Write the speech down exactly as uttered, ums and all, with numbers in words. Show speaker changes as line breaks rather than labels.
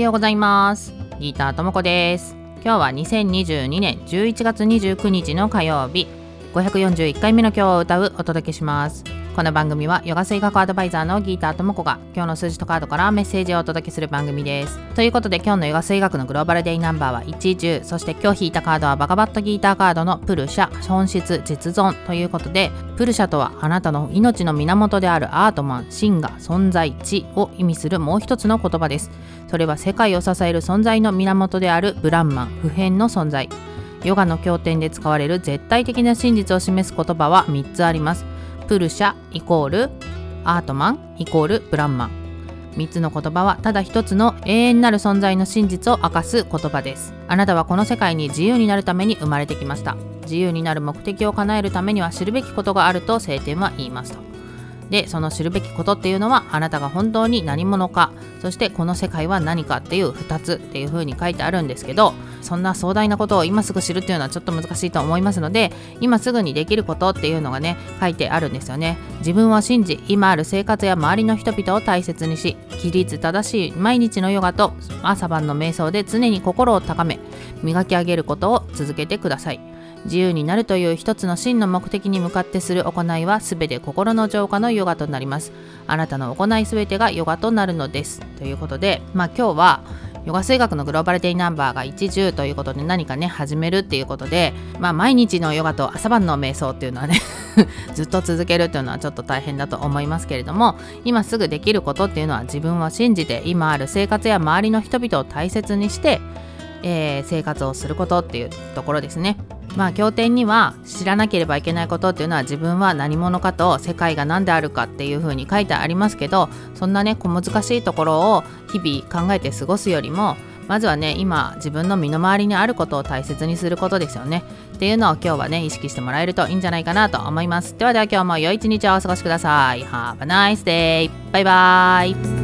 ようございます。ギーターともこです。今日はにせんにじゅうにねんじゅういちがつにじゅうくにちの火曜日、ごひゃくよんじゅういっかいめの今日を歌うお届けします。この番組はヨガ水学アドバイザーのギーターともこが今日の数字とカードからメッセージをお届けする番組です。ということで今日のヨガ水学のグローバルデイナンバーはいち、じゅう、そして今日引いたカードはバガバットギーターカードのプルシャ、本質、実存ということで、プルシャとはあなたの命の源であるアートマン、真が、存在、知を意味するもう一つの言葉です。それは世界を支える存在の源であるブランマン、不変の存在。ヨガの経典で使われる絶対的な真実を示す言葉はみっつあります。プルシャイコールアートマンイコールブランマン。みっつの言葉はただ一つの永遠なる存在の真実を明かす言葉です。あなたはこの世界に自由になるために生まれてきました。自由になる目的を叶えるためには知るべきことがあると聖典は言いますと。で、その知るべきことっていうのはあなたが本当に何者か、そしてこの世界は何かっていうふたつっていう風に書いてあるんですけど、そんな壮大なことを今すぐ知るっていうのはちょっと難しいと思いますので、今すぐにできることっていうのがね書いてあるんですよね。自分を信じ、今ある生活や周りの人々を大切にし、規律正しい毎日のヨガと朝晩の瞑想で常に心を高め磨き上げることを続けてください。自由になるという一つの真の目的に向かってする行いはすべて心の浄化のヨガとなります。あなたの行いすべてがヨガとなるのですということで、まあ今日はヨガ水学のグローバルデイナンバーがいち、じゅうということで、何かね始めるっていうことで、まあ毎日のヨガと朝晩の瞑想っていうのはねずっと続けるっていうのはちょっと大変だと思いますけれども、今すぐできることっていうのは自分を信じて今ある生活や周りの人々を大切にして、えー、生活をすることっていうところですね。まあ経典には知らなければいけないことっていうのは自分は何者かと世界が何であるかっていう風に書いてありますけど、そんなね小難しいところを日々考えて過ごすよりも、まずはね今自分の身の回りにあることを大切にすることですよねっていうのを今日はね意識してもらえるといいんじゃないかなと思います。ではでは今日も良い一日をお過ごしください。 Have a nice day. バイバイ。